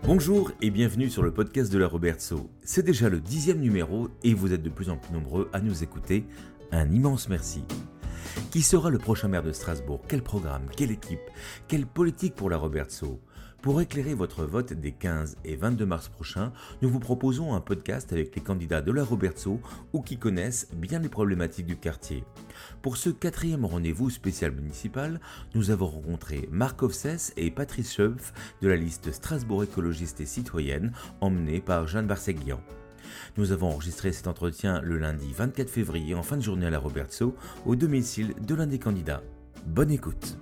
Bonjour et bienvenue sur le podcast de la Robertso. C'est déjà le 10e numéro et vous êtes de plus en plus nombreux à nous écouter. Un immense merci. Qui sera le prochain maire de Strasbourg? Quel programme? Quelle équipe? Quelle politique pour la Robertso? Pour éclairer votre vote des 15 et 22 mars prochains, nous vous proposons un podcast avec les candidats de la Robertso ou qui connaissent bien les problématiques du quartier. Pour ce 4e rendez-vous spécial municipal, nous avons rencontré Marc Offsès et Patrice Schöpf de la liste Strasbourg écologiste et citoyenne, emmenée par Jeanne Barseguian. Nous avons enregistré cet entretien le lundi 24 février en fin de journée à la Robertso, au domicile de l'un des candidats. Bonne écoute.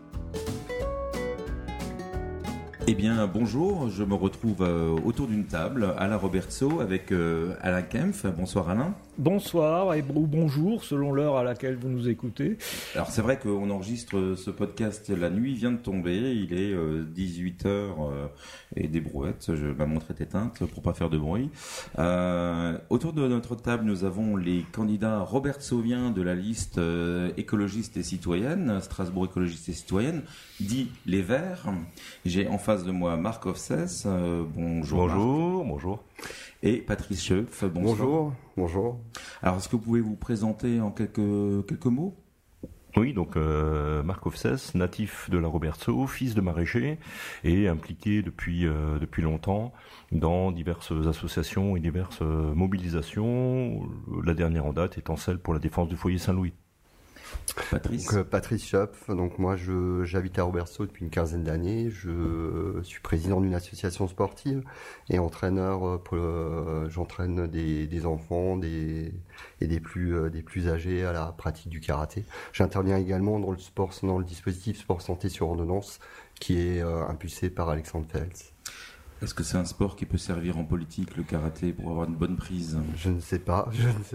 Eh bien, bonjour, je me retrouve autour d'une table à la Robertso avec Alain Kempf. Bonsoir Alain. Bonsoir ou bonjour, selon l'heure à laquelle vous nous écoutez. Alors c'est vrai qu'on enregistre ce podcast, la nuit vient de tomber, il est 18h et des brouettes, ma montre est éteinte pour pas faire de bruit. Autour de notre table, nous avons les candidats robertsoviens de la liste écologiste et citoyenne, Strasbourg écologiste et citoyenne, dit les Verts. J'ai en face de moi Marc Offsès, bonjour. Bonjour, Marc. Bonjour. Et Patrice Schöpf, bonsoir. Bonjour. Alors, est-ce que vous pouvez vous présenter en quelques mots ? Oui, donc Marc Offsès, natif de la Robertso, fils de maraîcher et impliqué depuis longtemps dans diverses associations et diverses mobilisations, la dernière en date étant celle pour la défense du foyer Saint-Louis. Patrice. Donc, Patrice Schöpf, donc moi j'habite à Robertso depuis une quinzaine d'années, je suis président d'une association sportive et entraîneur, j'entraîne des enfants et des plus âgés à la pratique du karaté. J'interviens également dans le dispositif Sport Santé sur ordonnance qui est impulsé par Alexandre Feltz. Est-ce que c'est un sport qui peut servir en politique, le karaté, pour avoir une bonne prise ? Je ne sais pas.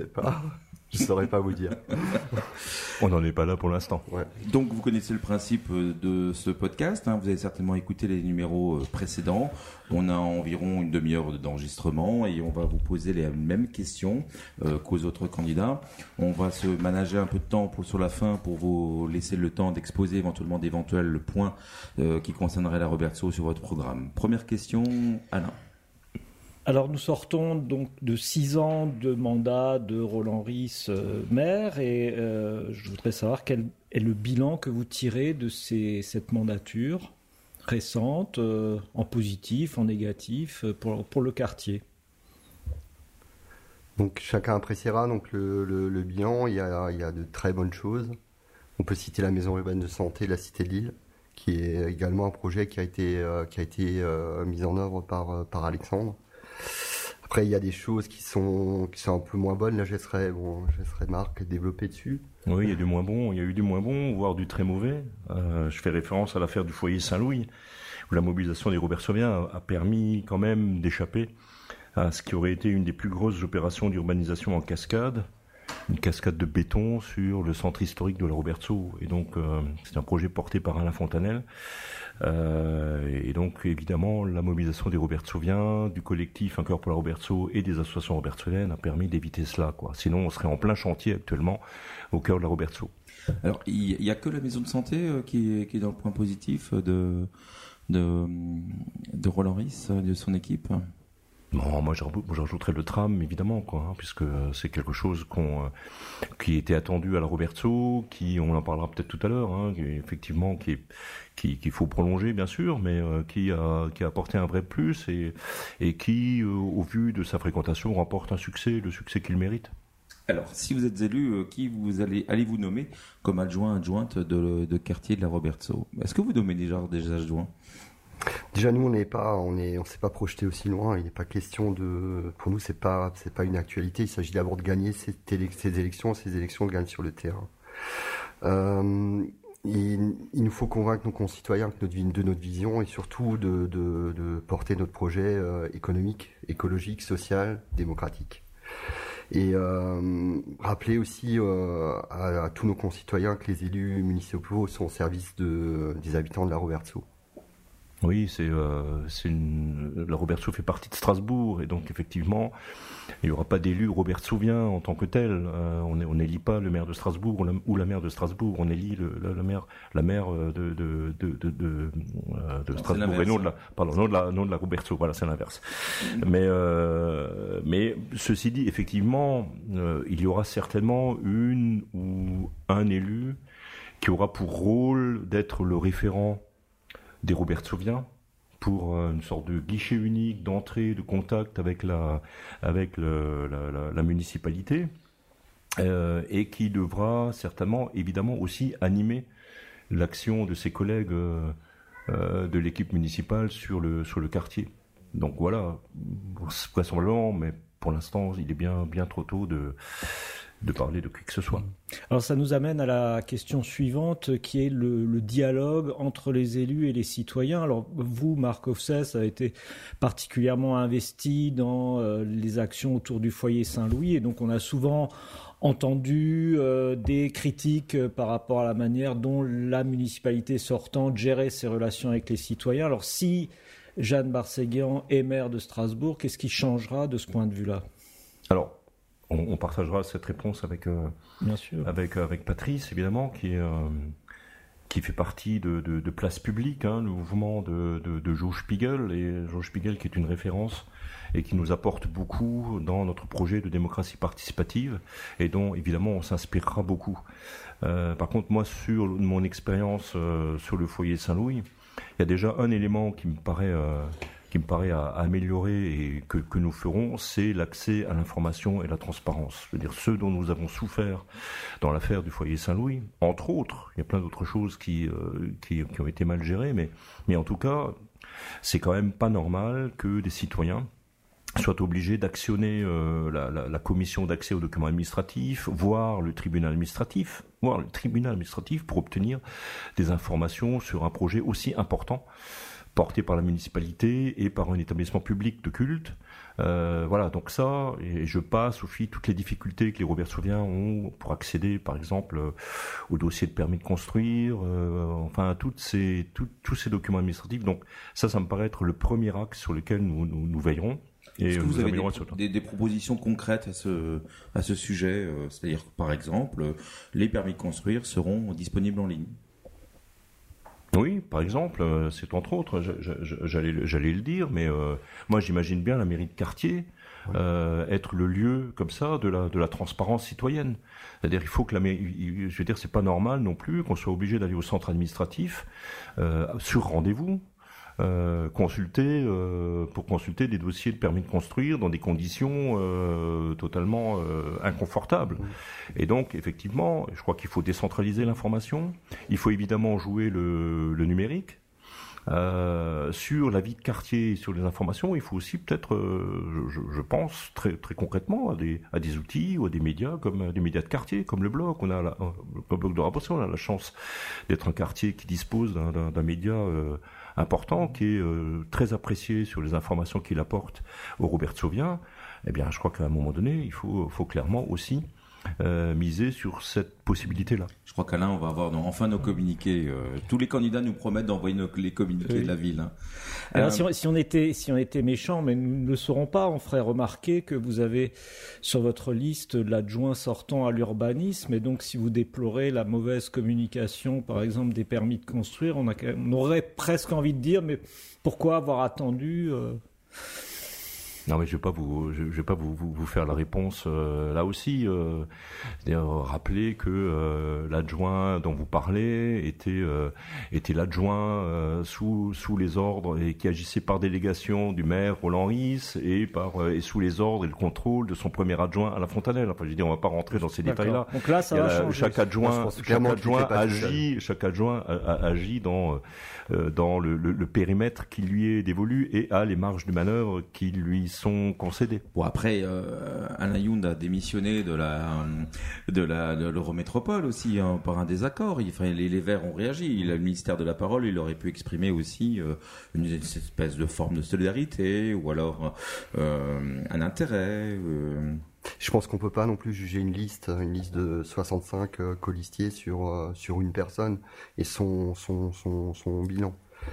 Je saurais pas vous dire. On n'en est pas là pour l'instant. Ouais. Donc vous connaissez le principe de ce podcast, hein. Vous avez certainement écouté les numéros précédents. On a environ une demi-heure d'enregistrement et on va vous poser les mêmes questions qu'aux autres candidats. On va se manager un peu de temps sur la fin pour vous laisser le temps d'exposer éventuellement d'éventuels points qui concerneraient la Robertso sur votre programme. Première question, Alain. Alors nous sortons donc de 6 ans de mandat de Roland Ries maire et je voudrais savoir quel est le bilan que vous tirez de cette mandature récente, en positif, en négatif, pour le quartier. Donc chacun appréciera donc le bilan, il y a de très bonnes choses. On peut citer la maison urbaine de santé, la Cité de Lille, qui est également un projet qui a été mis en œuvre par Alexandre. Après, il y a des choses qui sont un peu moins bonnes. Là, je laisserai Marc développer dessus. Oui, il y a eu du moins bon, voire du très mauvais. Je fais référence à l'affaire du foyer Saint-Louis, où la mobilisation des Robertsoviens a permis quand même d'échapper à ce qui aurait été une des plus grosses opérations d'urbanisation en cascade. Une cascade de béton sur le centre historique de la Robertso. Et donc, c'est un projet porté par Alain Fontanel. Et donc, évidemment, la mobilisation des Robertsoviens, du collectif Un cœur pour la Robertso et des associations robertsoviennes a permis d'éviter cela, quoi. Sinon, on serait en plein chantier actuellement au cœur de la Robertso. Alors, il y a que la maison de santé qui est dans le point positif de Roland Ries, de son équipe. Non, moi j'ajouterais le tram évidemment, quoi, hein, puisque c'est quelque chose qui était attendu à la Robertso, on en parlera peut-être tout à l'heure, hein, effectivement qu'il faut prolonger bien sûr, mais qui a apporté un vrai plus et qui, au vu de sa fréquentation, remporte le succès qu'il mérite. Alors, si vous êtes élu, qui allez-vous nommer comme adjointe de quartier de la Robertso ? Est-ce que vous nommez déjà des adjoints ? Déjà, nous, on s'est pas projeté aussi loin. Il n'est pas question pour nous, c'est pas une actualité. Il s'agit d'abord de gagner ces élections de gagner sur le terrain. Il nous faut convaincre nos concitoyens de notre vision et surtout de porter notre projet économique, écologique, social, démocratique. Et rappeler aussi à tous nos concitoyens que les élus municipaux sont au service des habitants de la Robertso. Oui, la Robertsau fait partie de Strasbourg, et donc effectivement, il n'y aura pas d'élu Robertsovien en tant que tel. On n'élit pas le maire de Strasbourg ou la maire de Strasbourg, on élit la maire de Strasbourg, et non de la Robertsau. Voilà, c'est l'inverse. Mais ceci dit, effectivement, il y aura certainement une ou un élu qui aura pour rôle d'être le référent des Robertsoviens pour une sorte de guichet unique d'entrée, de contact avec la municipalité, et qui devra certainement, évidemment, aussi animer l'action de ses collègues de l'équipe municipale sur le quartier. Donc voilà, vraisemblablement, mais pour l'instant, il est bien trop tôt de parler de qui que ce soit. Alors ça nous amène à la question suivante, qui est le dialogue entre les élus et les citoyens. Alors vous, Marc Offsès, avez été particulièrement investi dans les actions autour du foyer Saint-Louis, et donc on a souvent entendu des critiques par rapport à la manière dont la municipalité sortante gérait ses relations avec les citoyens. Alors si Jeanne Barséguian est maire de Strasbourg, qu'est-ce qui changera de ce point de vue-là ? Alors, on partagera cette réponse avec Patrice, évidemment, qui fait partie de Place Publique, le mouvement de Joe Spiegel, et Joe Spiegel qui est une référence et qui nous apporte beaucoup dans notre projet de démocratie participative, et dont évidemment on s'inspirera beaucoup. Par contre, moi, sur mon expérience sur le foyer Saint-Louis, il y a déjà un élément qui me paraît à améliorer et que nous ferons, c'est l'accès à l'information et la transparence. Je veux dire, ce dont nous avons souffert dans l'affaire du foyer Saint-Louis, entre autres, il y a plein d'autres choses qui ont été mal gérées, mais en tout cas, c'est quand même pas normal que des citoyens soient obligés d'actionner la commission d'accès aux documents administratifs, voire le tribunal administratif pour obtenir des informations sur un projet aussi important porté par la municipalité et par un établissement public de culte. Voilà, donc ça, et je passe au fil toutes les difficultés que les Robertsoviens ont pour accéder, par exemple, au dossier de permis de construire, enfin, tous ces documents administratifs. Donc ça me paraît être le premier axe sur lequel nous veillerons. Est-ce que vous avez des propositions concrètes à ce sujet, c'est-à-dire, par exemple, les permis de construire seront disponibles en ligne ? Oui, par exemple, c'est entre autres, j'allais le dire, mais moi j'imagine bien la mairie de quartier être le lieu comme ça de la transparence citoyenne. C'est-à-dire il faut que la mairie, je veux dire, c'est pas normal non plus qu'on soit obligé d'aller au centre administratif sur rendez-vous. Consulter des dossiers de permis de construire dans des conditions totalement inconfortables. Et donc, effectivement, je crois qu'il faut décentraliser l'information. Il faut évidemment jouer le numérique. Sur la vie de quartier, sur les informations, il faut aussi peut-être, je pense, très, très concrètement à des outils ou à des médias comme des médias de quartier, comme le blog. Le blog de Rapprochement, on a la chance d'être un quartier qui dispose d'un média important, qui est très apprécié sur les informations qu'il apporte aux Robertsoviens. Eh bien, je crois qu'à un moment donné, il faut clairement aussi miser sur cette possibilité-là. Je crois qu'Alain, on va avoir enfin nos communiqués. Tous les candidats nous promettent d'envoyer les communiqués de la ville. Alors, si on était méchant, mais nous ne le saurons pas, on ferait remarquer que vous avez sur votre liste l'adjoint sortant à l'urbanisme, et donc si vous déplorez la mauvaise communication, par exemple, des permis de construire, on aurait presque envie de dire, mais pourquoi avoir attendu Non, mais je vais pas vous faire la réponse là aussi. Rappeler que l'adjoint dont vous parlez était l'adjoint sous les ordres et qui agissait par délégation du maire Roland Ries et sous les ordres et le contrôle de son premier adjoint à la Fontanelle. Enfin, je veux dire, on va pas rentrer dans ces détails-là. Donc là, ça va changer. Chaque adjoint agit dans le périmètre qui lui est dévolu et a les marges de manœuvre qui lui sont concédés. Bon, après, Alain Yound a démissionné de l'Eurométropole aussi par un désaccord. Les Verts ont réagi. Le ministère de la Parole, il aurait pu exprimer aussi une espèce de forme de solidarité ou alors un intérêt. Je pense qu'on peut pas non plus juger une liste de 65 colistiers sur une personne et son bilan.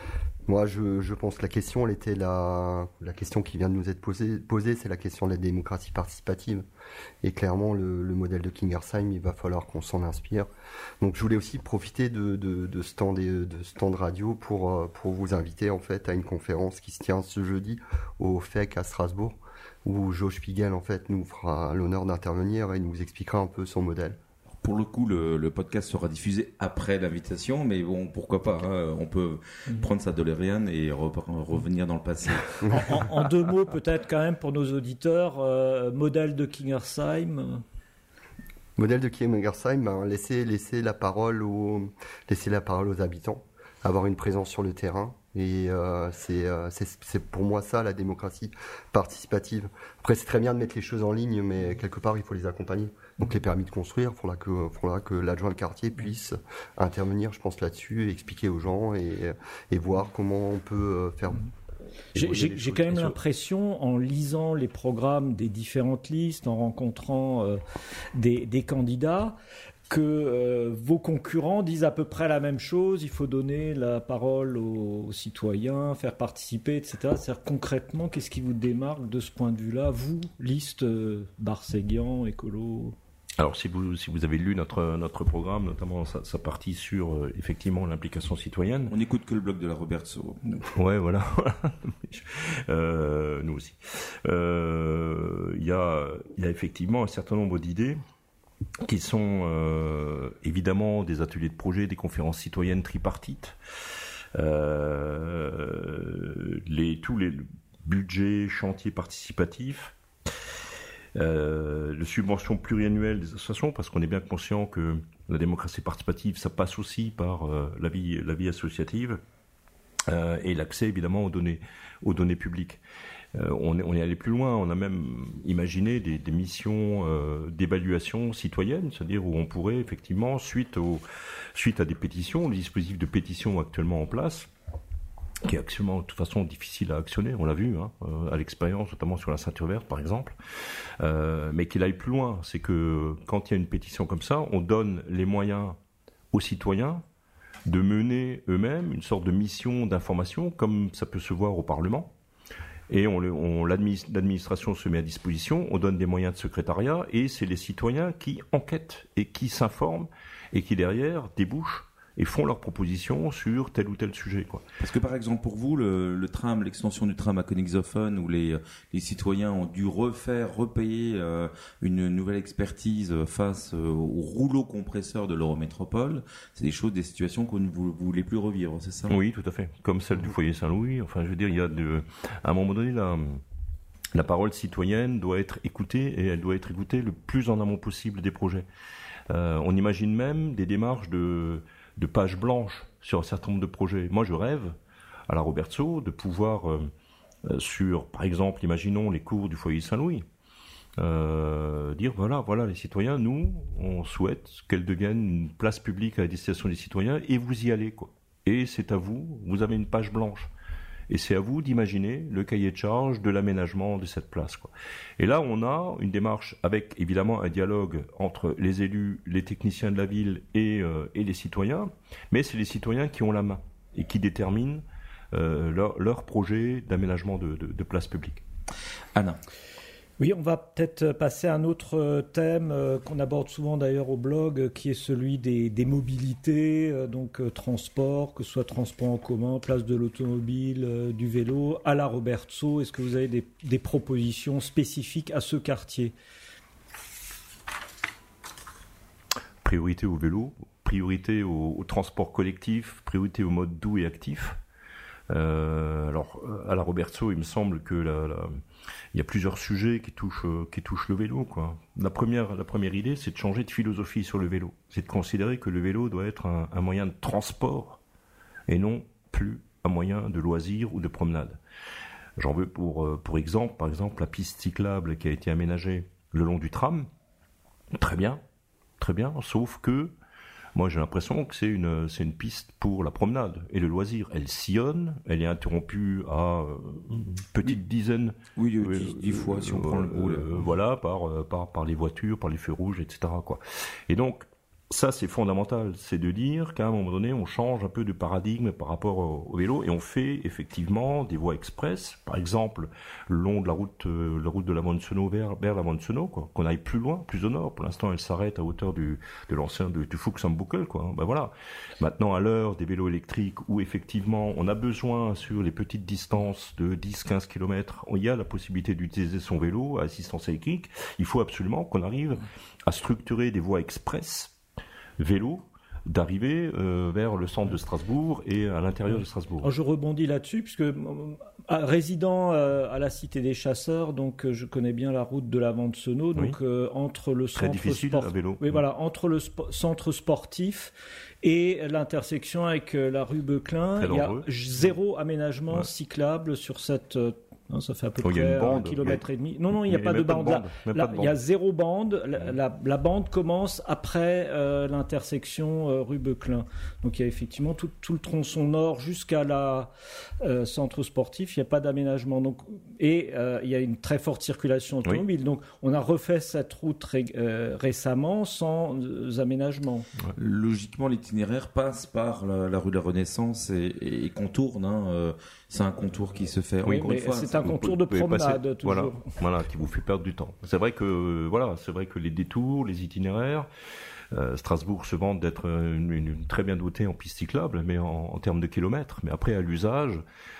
Moi, je pense que la question, elle était la question qui vient de nous être posée, c'est la question de la démocratie participative. Et clairement, le modèle de Kingersheim, il va falloir qu'on s'en inspire. Donc, je voulais aussi profiter de stand radio pour vous inviter en fait à une conférence qui se tient ce jeudi au FEC à Strasbourg, où Josh Spiegel en fait nous fera l'honneur d'intervenir et nous expliquera un peu son modèle. Pour le coup, le podcast sera diffusé après l'invitation, mais bon, pourquoi pas, hein, on peut prendre sa DeLorean et revenir dans le passé. En 2 mots, peut-être quand même pour nos auditeurs, modèle de Kingersheim. Modèle de Kingersheim, laisser la parole aux habitants, avoir une présence sur le terrain. Et c'est pour moi ça la démocratie participative. Après, c'est très bien de mettre les choses en ligne, mais quelque part il faut les accompagner. Donc les permis de construire, il faudra que l'adjoint de quartier puisse intervenir, je pense, là-dessus, et expliquer aux gens et voir comment on peut faire. J'ai quand même l'impression, en lisant les programmes des différentes listes, en rencontrant des candidats, que vos concurrents disent à peu près la même chose. Il faut donner la parole aux citoyens, faire participer, etc. C'est-à-dire concrètement, qu'est-ce qui vous démarque de ce point de vue-là, vous, liste Barséguian, écolo? Alors, si vous avez lu notre programme, notamment sa partie sur effectivement l'implication citoyenne. On n'écoute que le blog de la Robertso. Ouais, voilà. Nous aussi. Il y a effectivement un certain nombre d'idées qui sont évidemment des ateliers de projet, des conférences citoyennes tripartites, tous les budgets, chantiers participatifs, de subventions pluriannuelles des associations, parce qu'on est bien conscient que la démocratie participative, ça passe aussi par la vie associative, et l'accès évidemment aux données publiques. On est allé plus loin, on a même imaginé des missions d'évaluation citoyenne, c'est-à-dire où on pourrait effectivement, suite à des pétitions, le dispositif de pétition actuellement en place, qui est actuellement de toute façon difficile à actionner, on l'a vu à l'expérience, notamment sur la ceinture verte par exemple, mais qu'il aille plus loin, c'est que quand il y a une pétition comme ça, on donne les moyens aux citoyens de mener eux-mêmes une sorte de mission d'information, comme ça peut se voir au Parlement. Et l'administration se met à disposition, on donne des moyens de secrétariat, et c'est les citoyens qui enquêtent et qui s'informent et qui derrière débouchent et font leurs propositions sur tel ou tel sujet, quoi. Parce que par exemple pour vous, le tram, l'extension du tram à Königshofen, où les citoyens ont dû repayer une nouvelle expertise face au rouleau compresseur de l'Eurométropole, c'est des situations que vous ne voulez plus revivre, c'est ça? Oui, tout à fait. Comme celle du foyer Saint-Louis. Enfin, je veux dire, il y a à un moment donné, la parole citoyenne doit être écoutée, et elle doit être écoutée le plus en amont possible des projets. On imagine même des démarches de pages blanches sur un certain nombre de projets. Moi, je rêve, à la Robertso, de pouvoir, sur, par exemple, imaginons les cours du foyer Saint-Louis, dire, voilà, les citoyens, nous, on souhaite qu'elles deviennent une place publique à la destination des citoyens, et vous y allez, quoi. Et c'est à vous, vous avez une page blanche. Et c'est à vous d'imaginer le cahier de charge de l'aménagement de cette place, quoi. Et là, on a une démarche avec, évidemment, un dialogue entre les élus, les techniciens de la ville et les citoyens. Mais c'est les citoyens qui ont la main et qui déterminent leur projet d'aménagement de place publique. Anna. Oui, on va peut-être passer à un autre thème qu'on aborde souvent d'ailleurs au blog, qui est celui des mobilités, donc transport, que ce soit transport en commun, place de l'automobile, du vélo, à la Robertso. Est-ce que vous avez des propositions spécifiques à ce quartier? Priorité au vélo, priorité au transport collectif, priorité au mode doux et actif. Alors, à la Robertso, il me semble que il y a plusieurs sujets qui touchent le vélo, quoi. La première idée, c'est de changer de philosophie sur le vélo. C'est de considérer que le vélo doit être un moyen de transport et non plus un moyen de loisir ou de promenade. J'en veux pour exemple, par exemple, la piste cyclable qui a été aménagée le long du tram. Très bien, sauf que moi, j'ai l'impression que c'est une piste pour la promenade et le loisir. Elle sillonne, elle est interrompue à une petite dizaine. Oui, 10 fois si on prend le gros. Voilà, par les voitures, par les feux rouges, etc., quoi. Et donc, ça, c'est fondamental, c'est de dire qu'à un moment donné, on change un peu de paradigme par rapport au vélo et on fait effectivement des voies express, par exemple le long de la route de la Monsenot vers la Monsenot, quoi, qu'on aille plus loin, plus au nord. Pour l'instant, elle s'arrête à hauteur de l'ancien du Fuchs am Buckel, quoi. Ben voilà. Maintenant, à l'heure des vélos électriques où effectivement on a besoin sur les petites distances de 10-15 km, il y a la possibilité d'utiliser son vélo à assistance électrique. Il faut absolument qu'on arrive à structurer des voies express vélo d'arriver vers le centre de Strasbourg et à l'intérieur de Strasbourg. Alors je rebondis là-dessus puisque résident à la Cité des Chasseurs, donc je connais bien la route de la Monsenot, donc entre le très difficile à vélo. Oui, voilà, entre le centre sportif et l'intersection avec la rue Beuclin, il y a zéro aménagement cyclable sur cette. Non, ça fait à peu près 1,5 km. Non, il n'y a pas de bande. Là, il y a zéro bande. La bande commence après l'intersection rue Beuclin. Donc il y a effectivement tout le tronçon nord jusqu'à la centre sportif. Il n'y a pas d'aménagement. Donc, et il y a une très forte circulation automobile. Donc on a refait cette route récemment sans aménagement. Logiquement, l'itinéraire passe par la rue de la Renaissance et contourne. C'est un contour qui se fait encore une fois. C'est un contour de promenade toujours. Voilà, qui vous fait perdre du temps. C'est vrai que les détours, les itinéraires, Strasbourg se vante d'être une très bien dotée en piste cyclable, mais en termes de kilomètres. Mais après, à l'usage,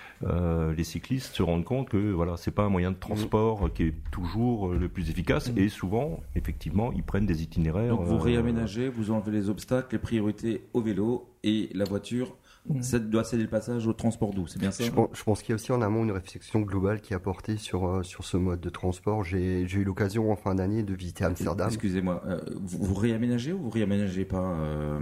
les cyclistes se rendent compte que c'est pas un moyen de transport qui est toujours le plus efficace et souvent, effectivement, ils prennent des itinéraires. Donc vous réaménagez, vous enlevez les obstacles, les priorités au vélo et la voiture. Ça doit céder le passage au transport doux, c'est bien ça? Je pense qu'il y a aussi en amont une réflexion globale qui est apportée sur ce mode de transport. J'ai eu l'occasion en fin d'année de visiter Amsterdam. Excusez-moi, vous réaménagez ou vous réaménagez pas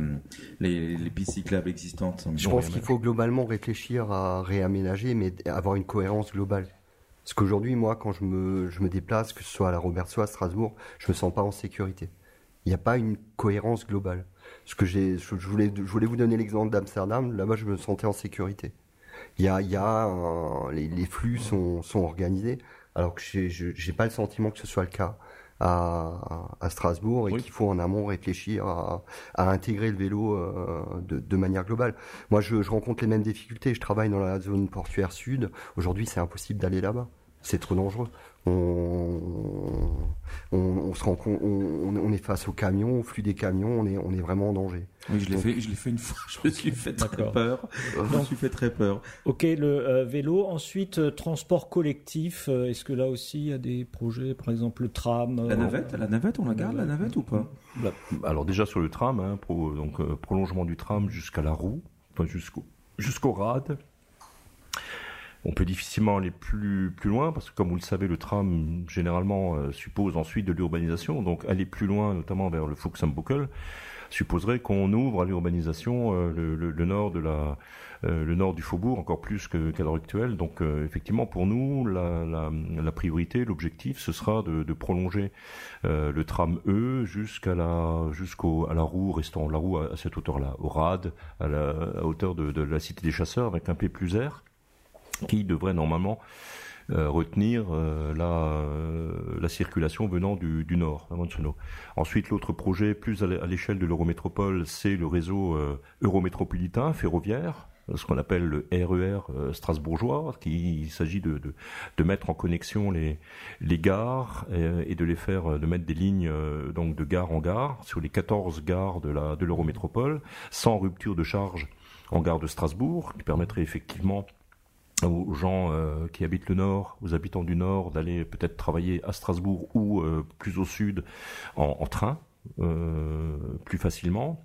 les pistes cyclables existantes? Je pense qu'il faut globalement réfléchir à réaménager, mais avoir une cohérence globale. Parce qu'aujourd'hui, moi, quand je me déplace, que ce soit à la Robertsau, à Strasbourg, je me sens pas en sécurité. Il n'y a pas une cohérence globale. Je voulais vous donner l'exemple d'Amsterdam. Là-bas, je me sentais en sécurité. Les flux sont organisés, alors que j'ai pas le sentiment que ce soit le cas à Strasbourg et qu'il faut en amont réfléchir à intégrer le vélo de manière globale. Moi, je rencontre les mêmes difficultés. Je travaille dans la zone portuaire sud. Aujourd'hui, c'est impossible d'aller là-bas. C'est trop dangereux. On se rend compte, on est face aux camions, au flux des camions, on est vraiment en danger. Oui, je l'ai fait une fois, je me suis fait très peur. Je me suis fait très peur. Ok, le vélo. Ensuite, transport collectif. Est-ce que là aussi il y a des projets, par exemple le tram? La navette, on la garde, la navette ou pas? Alors déjà sur le tram, prolongement du tram jusqu'à la roue, jusqu'au rad. On peut difficilement aller plus loin parce que, comme vous le savez, le tram généralement suppose ensuite de l'urbanisation. Donc aller plus loin, notamment vers le Fuchs am Buckel, supposerait qu'on ouvre à l'urbanisation le nord du faubourg encore plus qu'à l'heure actuelle. Donc effectivement, pour nous, la priorité, l'objectif, ce sera de prolonger le tram E jusqu'à la roue, restant la roue à cette hauteur-là, au rad, à hauteur de la Cité des Chasseurs, avec un P plus R, qui devrait normalement retenir la circulation venant du nord, à Monsenot. Ensuite, l'autre projet, plus à l'échelle de l'Eurométropole, c'est le réseau eurométropolitain ferroviaire, ce qu'on appelle le RER strasbourgeois, il s'agit de mettre en connexion les gares et de mettre des lignes donc de gare en gare sur les 14 gares de l'Eurométropole, sans rupture de charge en gare de Strasbourg, qui permettrait effectivement aux gens qui habitent le Nord, aux habitants du Nord, d'aller peut-être travailler à Strasbourg ou plus au sud en train, plus facilement.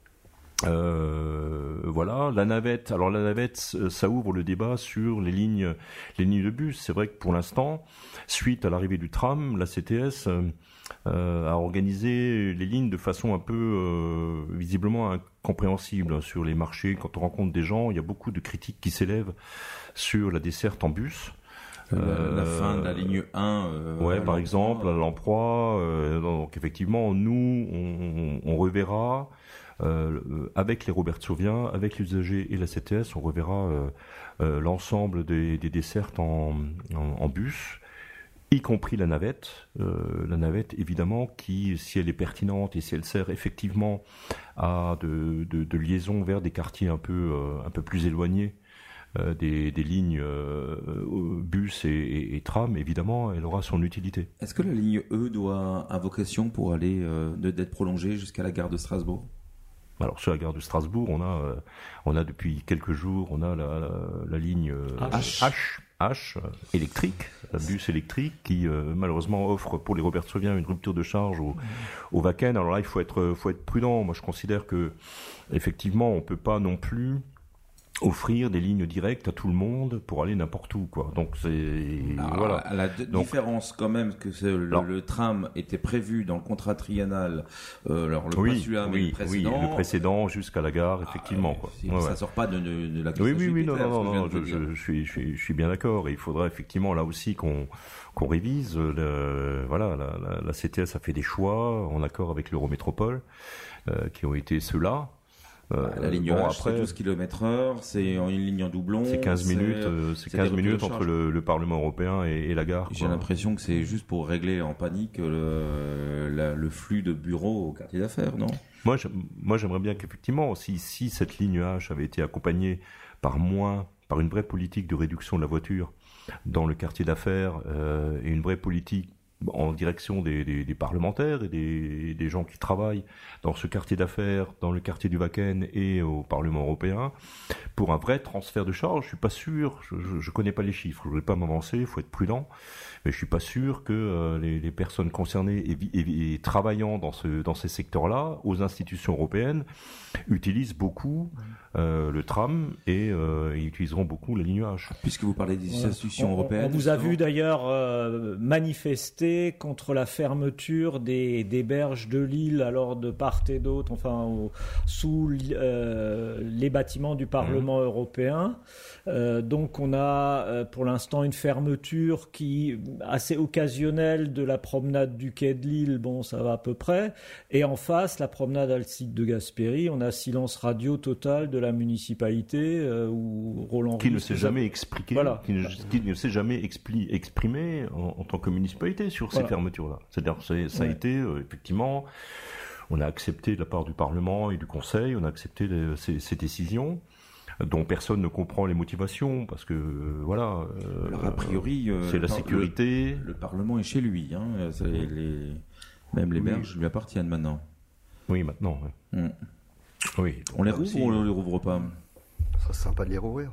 Voilà, la navette. Alors la navette, ça ouvre le débat sur les lignes de bus. C'est vrai que pour l'instant, suite à l'arrivée du tram, la CTS a organisé les lignes de façon un peu visiblement incompréhensible sur les marchés. Quand on rencontre des gens, il y a beaucoup de critiques qui s'élèvent sur la desserte en bus. La fin de la ligne 1 par exemple, à l'Emploi. Donc effectivement, nous, on reverra avec les Robertsoviens, avec les usagers et la CTS, on reverra l'ensemble des dessertes en bus. y compris la navette évidemment, qui, si elle est pertinente et si elle sert effectivement à de liaison vers des quartiers un peu plus éloignés des lignes bus et tram, évidemment, elle aura son utilité. Est-ce que la ligne E a vocation pour aller d'être prolongée jusqu'à la gare de Strasbourg ? Alors sur la gare de Strasbourg, on a depuis quelques jours, on a la ligne H électrique, la bus électrique qui malheureusement offre pour les Robertsoviens une rupture de charge au Wacken. Alors là, il faut être prudent. Moi, je considère que effectivement, on peut pas non plus offrir des lignes directes à tout le monde pour aller n'importe où, quoi. Donc voilà. La différence quand même que le tram était prévu dans le contrat triennal. Alors pas celui-là, mais le précédent. Oui, le précédent jusqu'à la gare, effectivement, quoi. Ça sort pas de la question. Oui, non, je suis bien d'accord. Et il faudra effectivement là aussi qu'on révise. La CTS a fait des choix en accord avec l'Eurométropole, qui ont été ceux-là. La ligne H, c'est 12 km/h, c'est une ligne en doublon. C'est 15 minutes entre le Parlement européen et la gare. J'ai l'impression que c'est juste pour régler en panique le flux de bureaux au quartier d'affaires, non ? Moi, j'aimerais bien qu'effectivement, si cette ligne H avait été accompagnée par une vraie politique de réduction de la voiture dans le quartier d'affaires et une vraie politique en direction des parlementaires et des gens qui travaillent dans ce quartier d'affaires, dans le quartier du Wacken et au Parlement européen, pour un vrai transfert de charges. Je suis pas sûr, je connais pas les chiffres, je voudrais pas m'avancer, il faut être prudent, mais je suis pas sûr que les personnes concernées et travaillant dans ces secteurs-là, aux institutions européennes, utilisent beaucoup le tram et ils utiliseront beaucoup la ligne H. Puisque vous parlez des institutions européennes. On vous a vu d'ailleurs manifester contre la fermeture des berges de Lille, alors de part et d'autre, sous les bâtiments du Parlement européen. Donc on a pour l'instant une fermeture qui assez occasionnelle de la promenade du quai de Lille, bon ça va à peu près, et en face la promenade Alcide de Gasperi, on a silence radio total de la municipalité où Roland qui ne s'est jamais expliqué, qui ne s'est jamais exprimé en tant que municipalité sur ces fermetures-là. C'est-à-dire ça a été effectivement, on a accepté de la part du Parlement et du Conseil, on a accepté ces décisions dont personne ne comprend les motivations, parce que alors a priori, c'est la sécurité. Le Parlement est chez lui, hein. Même les berges lui appartiennent maintenant. Oui, maintenant. Oui. On les rouvre ou on les rouvre pas ? Ça serait sympa de les rouvrir.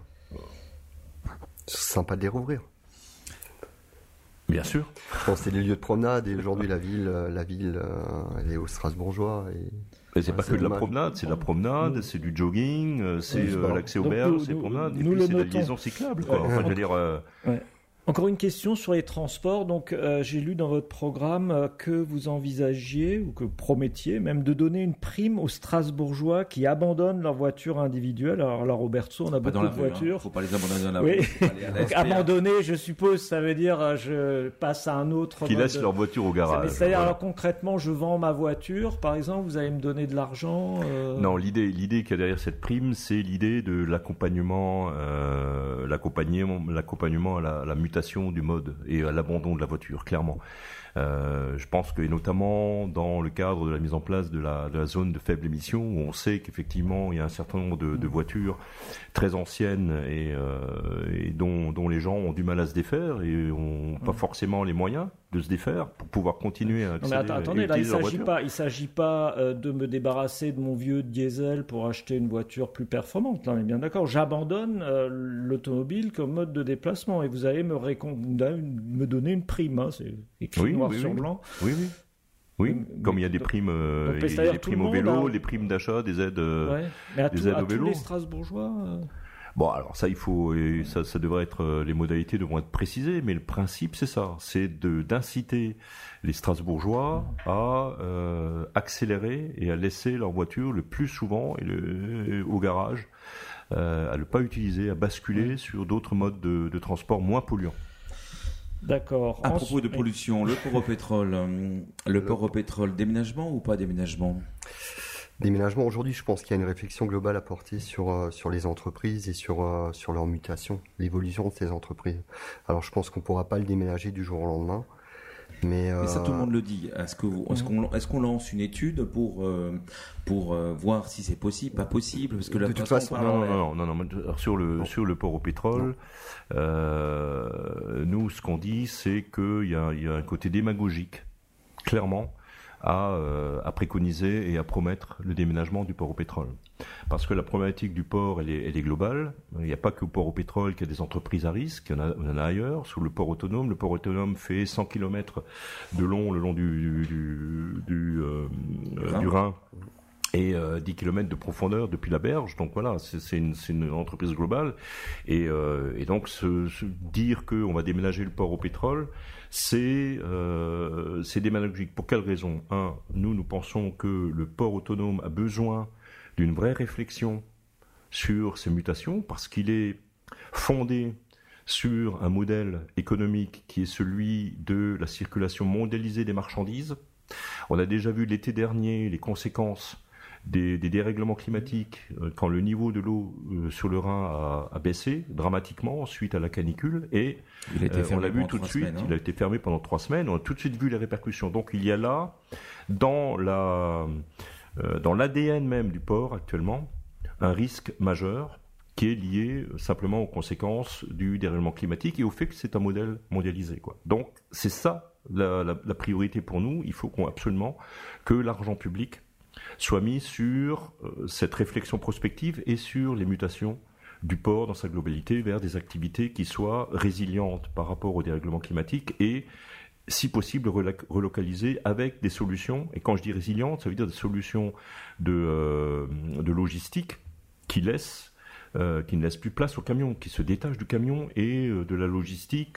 Bien sûr. Je pense que c'est les lieux de promenade et aujourd'hui la ville elle est aux Strasbourgeois mais c'est pas que de la promenade, c'est de la promenade, c'est du jogging, c'est l'accès aux berges, c'est promenade, et puis c'est la liaison cyclable, quoi. Enfin, je veux dire. Encore une question sur les transports. Donc, j'ai lu dans votre programme que vous envisagiez ou que vous promettiez même de donner une prime aux Strasbourgeois qui abandonnent leur voiture individuelle. Alors, là, Robertso, on a beaucoup de voitures. Faut pas les abandonner dans la rue. Donc, abandonner, je suppose, ça veut dire je passe à un autre. Qui laissent leur voiture au garage. C'est-à-dire, alors concrètement, je vends ma voiture, par exemple, vous allez me donner de l'argent. Non, l'idée qu'il y a derrière cette prime, c'est l'idée de l'accompagnement à la mutation du mode et à l'abandon de la voiture, clairement. Je pense que, et notamment dans le cadre de la mise en place de la zone de faible émission, où on sait qu'effectivement il y a un certain nombre de voitures très anciennes et dont les gens ont du mal à se défaire et n'ont pas forcément les moyens de se défaire pour pouvoir continuer à accéder. Non mais attendez, là il s'agit pas de me débarrasser de mon vieux diesel pour acheter une voiture plus performante. Là, on est bien d'accord. J'abandonne l'automobile comme mode de déplacement et vous allez me donner une prime. Hein, c'est écrit noir sur blanc. Oui, comme il y a des primes, il y a des primes au vélo, les primes d'achat, des aides, mais des aides au vélo. Tous les Strasbourgeois. Bon, alors ça, ça devrait être, les modalités devront être précisées, mais le principe, c'est ça, c'est d'inciter les Strasbourgeois à accélérer et à laisser leur voiture le plus souvent au garage, à ne pas utiliser, à basculer sur d'autres modes de transport moins polluants. D'accord. À propos de pollution, le port au pétrole, déménagement ou pas déménagement ? Déménagement, aujourd'hui, je pense qu'il y a une réflexion globale à porter sur les entreprises et sur leur mutation, l'évolution de ces entreprises. Alors, je pense qu'on ne pourra pas le déménager du jour au lendemain. Mais ça, tout le monde le dit. Est-ce qu'on lance une étude pour voir si c'est possible, pas possible? Parce que de toute façon, non. Sur le port au pétrole, nous, ce qu'on dit, c'est qu'il y a un côté démagogique, clairement, à préconiser et à promettre le déménagement du port au pétrole. Parce que la problématique du port, elle est globale. Il n'y a pas que au port au pétrole qu'il y a des entreprises à risque, il y en a ailleurs. Sur le port autonome, fait 100 km de long le long du Rhin. Et 10 km de profondeur depuis la berge. Donc voilà, c'est une entreprise globale. Et donc dire qu'on va déménager le port au pétrole, c'est démagogique. Pour quelle raison ? Nous pensons que le port autonome a besoin d'une vraie réflexion sur ces mutations, parce qu'il est fondé sur un modèle économique qui est celui de la circulation mondialisée des marchandises. On a déjà vu l'été dernier les conséquences des dérèglements climatiques quand le niveau de l'eau sur le Rhin a baissé dramatiquement suite à la canicule, et on l'a vu tout de suite, il a été fermé pendant 3 semaines, on a tout de suite vu les répercussions. Donc il y a là, dans l'ADN même du port actuellement, un risque majeur qui est lié simplement aux conséquences du dérèglement climatique et au fait que c'est un modèle mondialisé, quoi. Donc c'est ça la priorité pour nous. Il faut absolument que l'argent public soit mis sur cette réflexion prospective et sur les mutations du port dans sa globalité vers des activités qui soient résilientes par rapport au dérèglement climatique et, si possible, relocalisées avec des solutions. Et quand je dis résilientes, ça veut dire des solutions de logistique qui ne laissent plus place au camion, qui se détachent du camion et de la logistique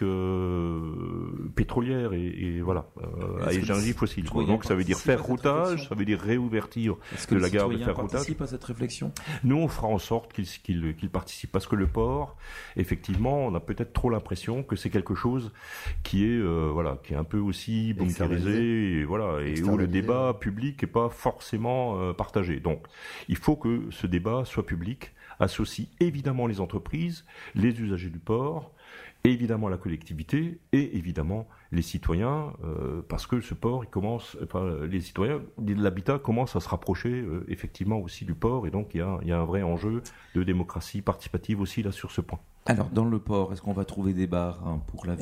pétrolière et voilà, à énergie fossile. Donc ça veut dire faire routage, ça veut dire réouverture de la gare de faire routage. Participe à cette réflexion ? Nous, on fera en sorte qu'ils participent, parce que le port, effectivement, on a peut-être trop l'impression que c'est quelque chose qui est un peu aussi bunkérisé et où le débat public n'est pas forcément partagé. Donc, il faut que ce débat soit public, associe évidemment les entreprises, les usagers du port, évidemment la collectivité et évidemment les citoyens, parce que ce port, les citoyens, l'habitat commence à se rapprocher effectivement aussi du port, et donc il y a un vrai enjeu de démocratie participative aussi là sur ce point. Alors, dans le port, est-ce qu'on va trouver des bars pour la vie ?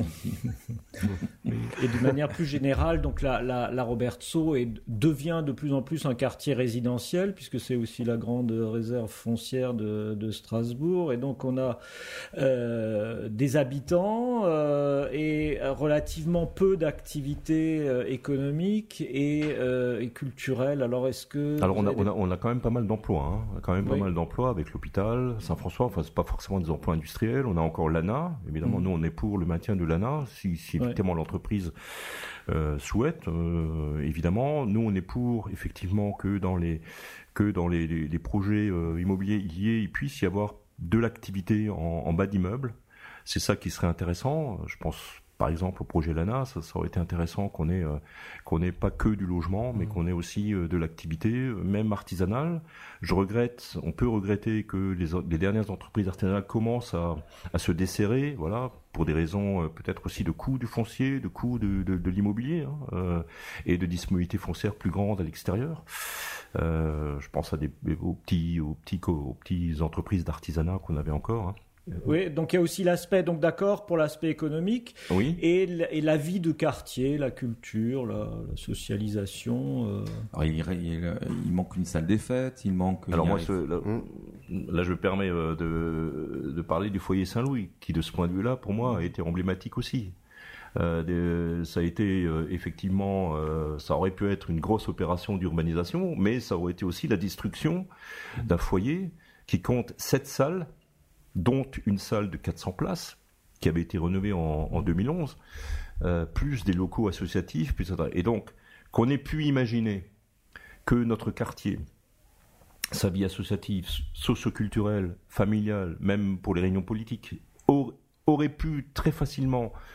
Et de manière plus générale, donc la Robertso devient de plus en plus un quartier résidentiel, puisque c'est aussi la grande réserve foncière de Strasbourg. Et donc, on a des habitants et relativement peu d'activités économiques et culturelles. Alors, est-ce que... Alors, on a quand même pas mal d'emplois, pas mal d'emplois avec l'hôpital Saint-François. Enfin, c'est pas forcément des emplois industriels. On a encore l'ANA, évidemment. Nous, on est pour le maintien de l'ANA, si effectivement l'entreprise souhaite, évidemment. Nous, on est pour, effectivement, que dans les projets immobiliers, il puisse y avoir de l'activité en bas d'immeuble. C'est ça qui serait intéressant. Je pense, par exemple, au projet LANA, ça aurait été intéressant qu'on ait pas que du logement, mais qu'on ait aussi de l'activité, même artisanale. On peut regretter que les dernières entreprises artisanales commencent à se desserrer, voilà, pour des raisons peut-être aussi de coût du foncier, de coût de l'immobilier, et de disponibilité foncière plus grande à l'extérieur. Je pense aux petites entreprises d'artisanat qu'on avait encore. Oui, donc il y a aussi l'aspect, donc d'accord, pour l'aspect économique, oui. et la vie de quartier, la culture, la socialisation. Alors, il manque une salle des fêtes, il manque... Alors moi, là, je me permets de parler du foyer Saint-Louis, qui de ce point de vue-là, pour moi, a été emblématique aussi. Ça a été effectivement, ça aurait pu être une grosse opération d'urbanisation, mais ça aurait été aussi la destruction d'un foyer qui compte 7 salles, dont une salle de 400 places, qui avait été rénovée en 2011, plus des locaux associatifs, et donc qu'on ait pu imaginer que notre quartier, sa vie associative, socio-culturelle, familiale, même pour les réunions politiques, aurait pu très facilement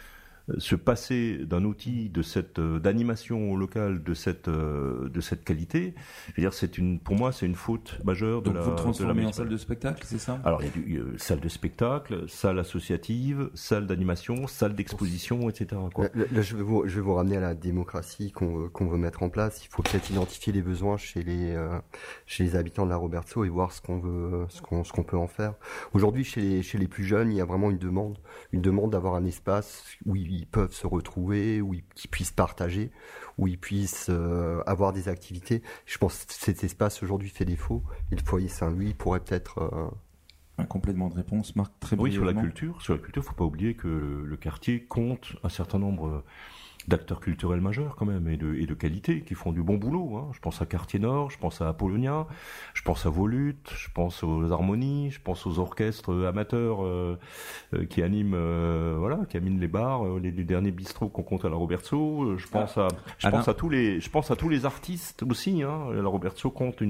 se passer d'un outil d'animation locale de cette qualité, je veux dire, pour moi, c'est une faute majeure de la. Donc vous le transformez en salle de spectacle, c'est ça? Alors il y a salle de spectacle, salle associative, salle d'animation, salle d'exposition, etc. Quoi. Là, je vais vous ramener à la démocratie qu'on veut mettre en place. Il faut peut-être identifier les besoins chez les habitants de la Robertsau et voir ce qu'on peut en faire. Aujourd'hui, chez les plus jeunes, il y a vraiment une demande d'avoir un espace où ils peuvent se retrouver, qu'ils puissent partager, où ils puissent avoir des activités. Je pense que cet espace aujourd'hui fait défaut. Et le foyer Saint-Louis pourrait peut-être un complément de réponse, Marc, très brièvement. Oui, sur la culture, faut pas oublier que le quartier compte un certain nombre d'acteurs culturels majeurs quand même et de qualité qui font du bon boulot. Hein. Je pense à Quartier Nord, je pense à Apollonia, je pense à Volut, je pense aux harmonies, je pense aux orchestres amateurs qui animent les bars, les derniers bistrots qu'on compte à la Robertsau. Je pense à tous les artistes aussi. Hein. La Robertsau compte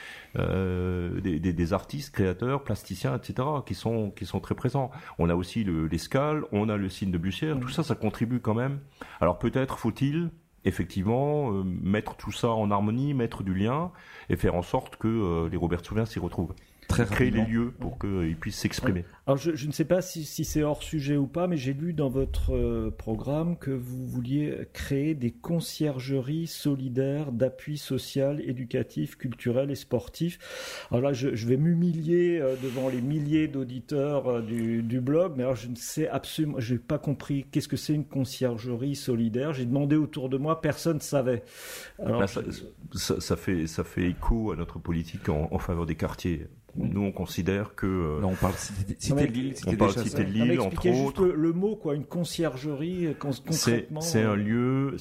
des artistes, créateurs, plasticiens, etc. qui sont très présents. On a aussi l'Escale, on a le Cine de Bussière. Tout ça contribue quand même. Alors peut-être faut-il effectivement mettre tout ça en harmonie, mettre du lien et faire en sorte que les Robertsauviens s'y retrouvent. Créer les lieux pour qu'ils puissent s'exprimer. Alors je ne sais pas si c'est hors sujet ou pas, mais j'ai lu dans votre programme que vous vouliez créer des conciergeries solidaires d'appui social, éducatif, culturel et sportif. Alors là, je vais m'humilier devant les milliers d'auditeurs du blog, mais alors je ne sais absolument, je n'ai pas compris qu'est-ce que c'est une conciergerie solidaire. J'ai demandé autour de moi, personne ne savait. Alors, là, ça fait écho à notre politique en faveur des quartiers. Nous, on considère que... Là, on parle Cité de Lille, Cité de Lille, entre autres. Juste le mot, quoi, une conciergerie, concrètement... C'est un lieu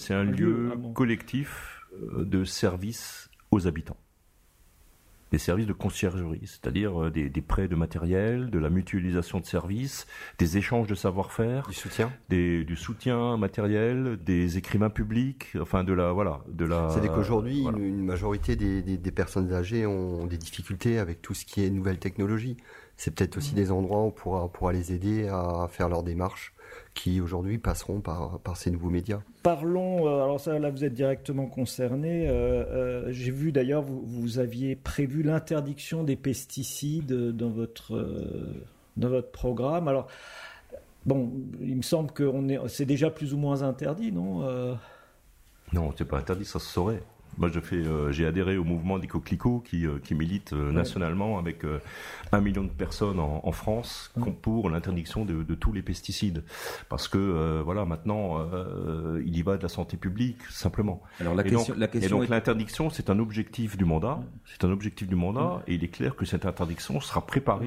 collectif de service aux habitants. Des services de conciergerie, c'est-à-dire des prêts de matériel, de la mutualisation de services, des échanges de savoir-faire, du soutien matériel, des écrivains publics, enfin C'est qu'aujourd'hui, une majorité des personnes âgées ont des difficultés avec tout ce qui est nouvelles technologies. C'est peut-être aussi des endroits où on pourra les aider à faire leurs démarches, qui aujourd'hui passeront par ces nouveaux médias. Parlons, alors ça là vous êtes directement concerné, j'ai vu d'ailleurs vous aviez prévu l'interdiction des pesticides dans votre programme. Alors bon, il me semble que c'est déjà plus ou moins interdit, non Non, c'est pas interdit, ça se saurait. Moi, j'ai adhéré au mouvement des coquelicots qui milite nationalement avec 1 million de personnes en France pour l'interdiction de tous les pesticides. Parce que maintenant, il y va de la santé publique simplement. Alors donc l'interdiction, c'est un objectif du mandat. Et il est clair que cette interdiction sera préparée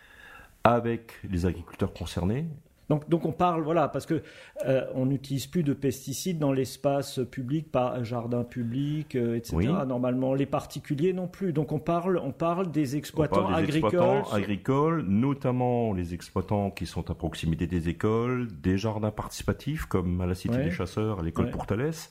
avec les agriculteurs concernés. Donc on parle, parce que on n'utilise plus de pesticides dans l'espace public, par jardin public, etc. Oui. Normalement, les particuliers non plus. Donc on parle des exploitants agricoles, notamment les exploitants qui sont à proximité des écoles, des jardins participatifs comme à la Cité des Chasseurs, à l'école Pourtalès.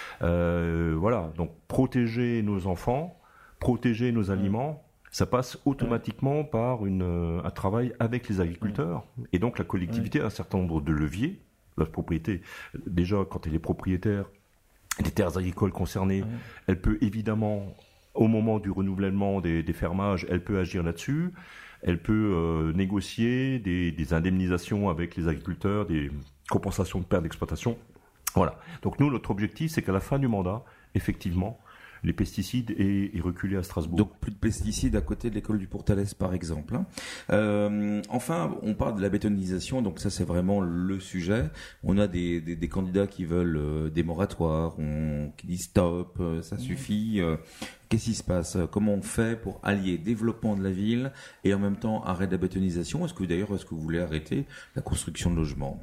Donc protéger nos enfants, protéger nos aliments. Ça passe automatiquement par un travail avec les agriculteurs. Et donc la collectivité a un certain nombre de leviers. La propriété, déjà quand elle est propriétaire des terres agricoles concernées, elle peut évidemment, au moment du renouvellement des fermages, elle peut agir là-dessus. Elle peut négocier des indemnisations avec les agriculteurs, des compensations de pertes d'exploitation. Voilà. Donc nous, notre objectif, c'est qu'à la fin du mandat, effectivement, les pesticides est reculé à Strasbourg. Donc plus de pesticides à côté de l'école du Pourtalès par exemple. Enfin, on parle de la bétonisation, donc ça c'est vraiment le sujet. On a des candidats qui veulent des moratoires, qui disent stop, ça suffit. Qu'est-ce qui se passe? Comment on fait pour allier développement de la ville et en même temps arrêt de la bétonisation? Est-ce que vous voulez arrêter la construction de logements?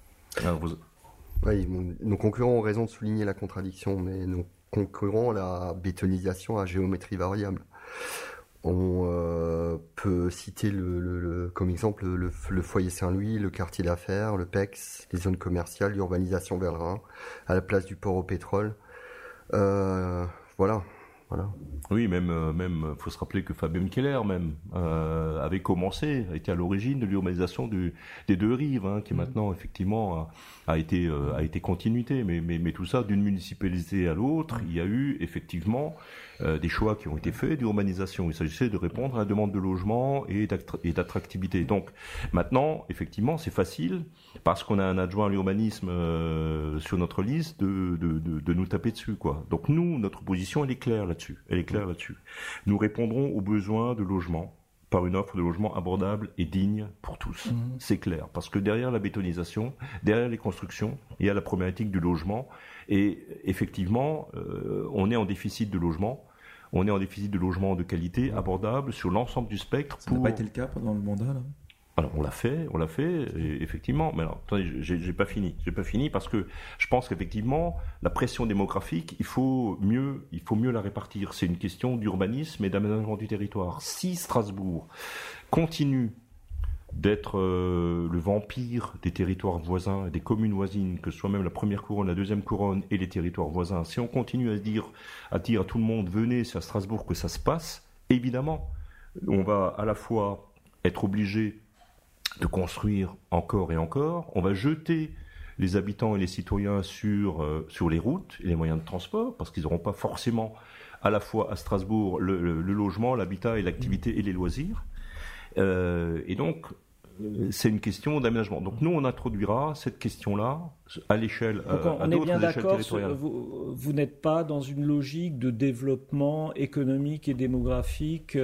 Oui, nos concurrents ont raison de souligner la contradiction, mais nos concurrents, la bétonisation à géométrie variable. On peut citer comme exemple le foyer Saint-Louis, le quartier d'affaires, le PEX, les zones commerciales, l'urbanisation vers le Rhin, à la place du port au pétrole. Voilà. Oui, même, faut se rappeler que Fabien Keller avait commencé, a été à l'origine de l'urbanisation des deux rives, qui maintenant effectivement a été continuité. Mais tout ça, d'une municipalité à l'autre, il y a eu effectivement des choix qui ont été faits d'urbanisation. Il s'agissait de répondre à la demande de logement et d'attractivité. Donc maintenant, effectivement, c'est facile parce qu'on a un adjoint à l'urbanisme sur notre liste de nous taper dessus, quoi. Donc nous, notre position, elle est claire là-dessus. Nous répondrons aux besoins de logement par une offre de logement abordable et digne pour tous. C'est clair. Parce que derrière la bétonisation, derrière les constructions, il y a la problématique du logement. Et effectivement, on est en déficit de logement. On est en déficit de logement de qualité, abordable, sur l'ensemble du spectre. Ça n'a pas été le cas pendant le mandat, là ? Alors on l'a fait, et effectivement. Mais alors, attendez, j'ai pas fini parce que je pense qu'effectivement la pression démographique, il faut mieux la répartir. C'est une question d'urbanisme et d'aménagement du territoire. Si Strasbourg continue d'être le vampire des territoires voisins, des communes voisines, que ce soit même la première couronne, la deuxième couronne et les territoires voisins, si on continue à dire à tout le monde venez, c'est à Strasbourg que ça se passe, évidemment, on va à la fois être obligé de construire encore et encore, on va jeter les habitants et les citoyens sur les routes et les moyens de transport, parce qu'ils n'auront pas forcément à la fois à Strasbourg le logement, l'habitat et l'activité et les loisirs. Et donc, c'est une question d'aménagement. Donc nous, on introduira cette question-là à l'échelle on est bien d'accord, vous n'êtes pas dans une logique de développement économique et démographique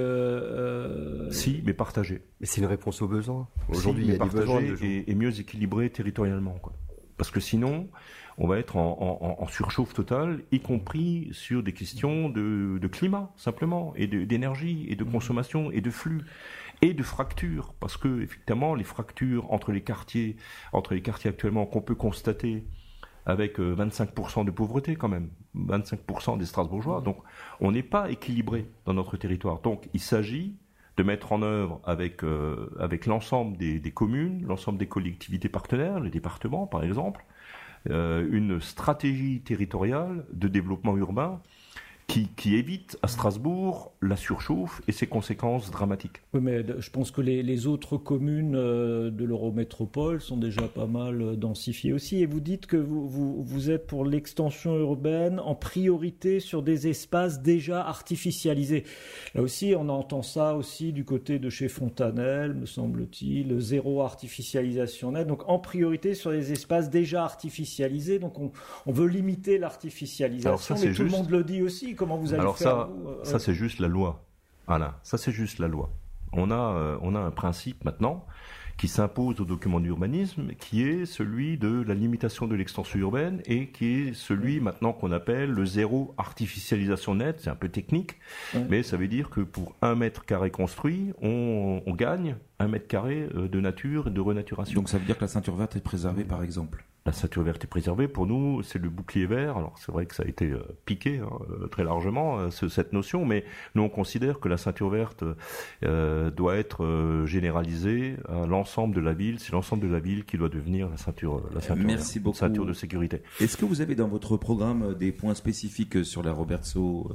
Si, mais partagé. Mais c'est une réponse aux besoins. Aujourd'hui, il y a des besoins et mieux équilibré territorialement, quoi. Parce que sinon, on va être en surchauffe totale, y compris sur des questions de climat, simplement, et d'énergie, et de consommation, et de flux, et de fractures. Parce que, effectivement, les fractures entre les quartiers actuellement qu'on peut constater avec 25% de pauvreté quand même, 25% des Strasbourgeois, donc on n'est pas équilibré dans notre territoire. Donc il s'agit de mettre en œuvre avec l'ensemble des communes, l'ensemble des collectivités partenaires, les départements par exemple, une stratégie territoriale de développement urbain qui évite à Strasbourg la surchauffe et ses conséquences dramatiques. Oui, mais je pense que les autres communes de l'Eurométropole sont déjà pas mal densifiées aussi. Et vous dites que vous êtes pour l'extension urbaine en priorité sur des espaces déjà artificialisés. Là aussi, on entend ça aussi du côté de chez Fontanelle, me semble-t-il, zéro artificialisation nette. Donc en priorité sur des espaces déjà artificialisés. Donc on veut limiter l'artificialisation, mais tout le monde le dit aussi. Comment vous allez faire ça c'est juste la loi, Alain. Ça c'est juste la loi. On a un principe maintenant qui s'impose aux documents d'urbanisme, qui est celui de la limitation de l'extension urbaine et qui est celui maintenant qu'on appelle le zéro artificialisation nette. C'est un peu technique, mais ça veut dire que pour 1 mètre carré construit, on gagne 1 mètre carré de nature et de renaturation. Donc ça veut dire que la ceinture verte est préservée, par exemple. La ceinture verte est préservée. Pour nous, c'est le bouclier vert. Alors, c'est vrai que ça a été piqué très largement, cette notion, mais nous, on considère que la ceinture verte doit être généralisée à l'ensemble de la ville. C'est l'ensemble de la ville qui doit devenir la ceinture Merci verte, beaucoup. ceinture de sécurité. Est-ce que vous avez dans votre programme des points spécifiques sur la Robertso,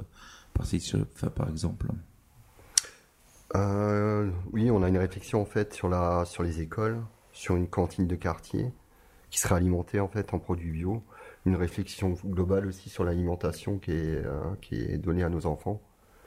par exemple ? Oui, on a une réflexion en fait sur les écoles, sur une cantine de quartier qui sera alimentée en fait en produits bio, une réflexion globale aussi sur l'alimentation qui est donnée à nos enfants.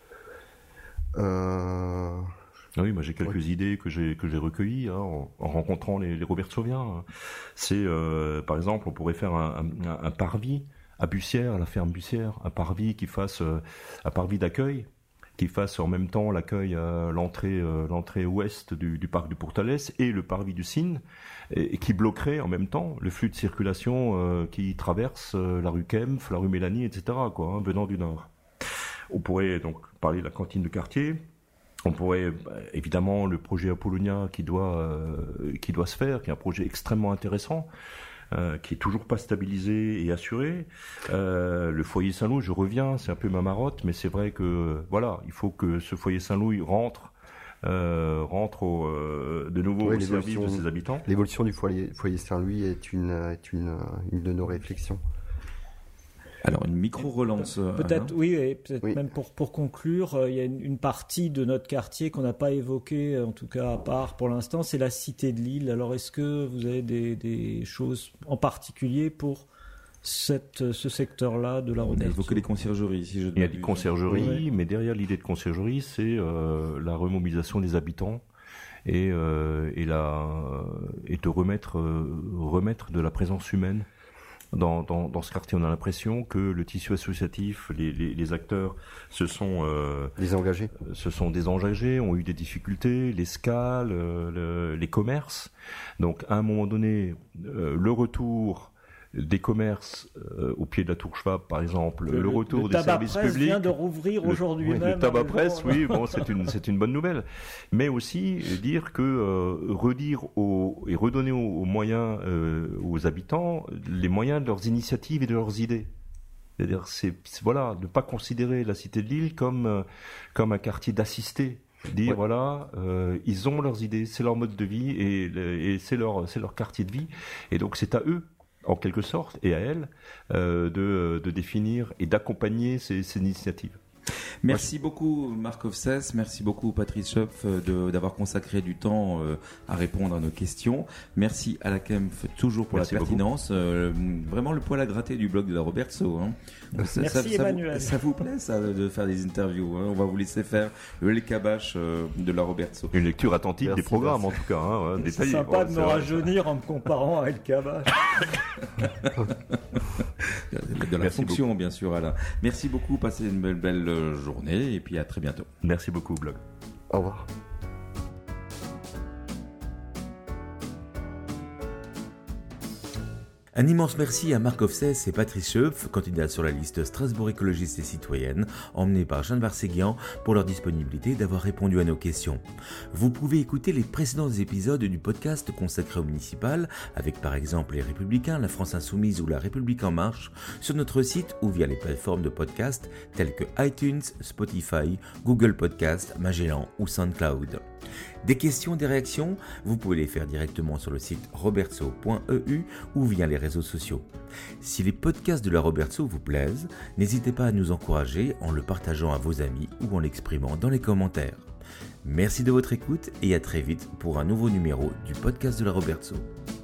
Oui, moi j'ai quelques idées que j'ai recueillies en rencontrant les Robertsoviens. C'est par exemple, on pourrait faire un parvis à Bussière, à la ferme Bussière, un parvis qui fasse un parvis d'accueil, qui fasse en même temps l'accueil à l'entrée ouest du parc du Pourtalès et le parvis du Cygne, et qui bloquerait en même temps le flux de circulation qui traverse la rue Kempf, la rue Mélanie, etc., venant du nord. On pourrait donc parler de la cantine de quartier. On pourrait évidemment le projet Apollonia qui doit se faire, qui est un projet extrêmement intéressant, qui est toujours pas stabilisé et assuré. Le foyer Saint-Louis, je reviens, c'est un peu ma marotte, mais c'est vrai que il faut que ce foyer Saint-Louis rentre de nouveau au service de ses habitants. L'évolution du foyer Saint-Louis est une de nos réflexions. Alors une micro-relance. Peut-être, oui, et peut-être même pour conclure, il y a une partie de notre quartier qu'on n'a pas évoquée, en tout cas à part pour l'instant, c'est la Cité de Lille. Alors est-ce que vous avez des choses en particulier pour ce secteur-là de la Robertsau? On a évoqué les conciergeries. Il y a des conciergeries, mais derrière l'idée de conciergerie, c'est la remobilisation des habitants et de remettre de la présence humaine dans ce quartier. On a l'impression que le tissu associatif, les acteurs se sont désengagés, ont eu des difficultés, l'escale, les commerces. Donc à un moment donné, le retour des commerces au pied de la Tour Schwab, par exemple, le retour des services publics. Le tabac presse vient de rouvrir aujourd'hui même. Le tabac presse, oui, bon, c'est une bonne nouvelle. Mais aussi dire que redire et redonner aux moyens aux habitants les moyens de leurs initiatives et de leurs idées. C'est-à-dire, voilà, ne pas considérer la Cité de Lille comme un quartier d'assistés. Dire voilà, ils ont leurs idées, c'est leur mode de vie et c'est leur quartier de vie. Et donc c'est à eux, en quelque sorte, et à elle, de définir et d'accompagner ces initiatives. Merci beaucoup Marc Offsès, merci beaucoup Patrice Schopf d'avoir consacré du temps à répondre à nos questions. Merci à la Kempf toujours pour la pertinence. Vraiment le poil à gratter du blog de la Robertsau. Hein. Merci Emmanuel. Ça vous plaît ça de faire des interviews, hein. On va vous laisser faire le cabache de la Robertsau. Une lecture attentive des programmes en tout cas. Hein, c'est sympa de me rajeunir en me comparant à El Cabache. De la fonction beaucoup. Bien sûr Alain. Merci beaucoup, passez une belle journée et puis à très bientôt. Merci beaucoup Blog. Au revoir. Un immense merci à Marc Offsès et Patrice Schopf, candidats sur la liste Strasbourg écologiste et citoyenne, emmenés par Jeanne Barséguian, pour leur disponibilité d'avoir répondu à nos questions. Vous pouvez écouter les précédents épisodes du podcast consacré au municipal, avec par exemple les Républicains, la France Insoumise ou la République En Marche, sur notre site ou via les plateformes de podcast telles que iTunes, Spotify, Google Podcast, Magellan ou SoundCloud. Des questions, des réactions, vous pouvez les faire directement sur le site robertso.eu ou via les réseaux sociaux. Si les podcasts de la Robertsau vous plaisent, n'hésitez pas à nous encourager en le partageant à vos amis ou en l'exprimant dans les commentaires. Merci de votre écoute et à très vite pour un nouveau numéro du podcast de la Robertsau.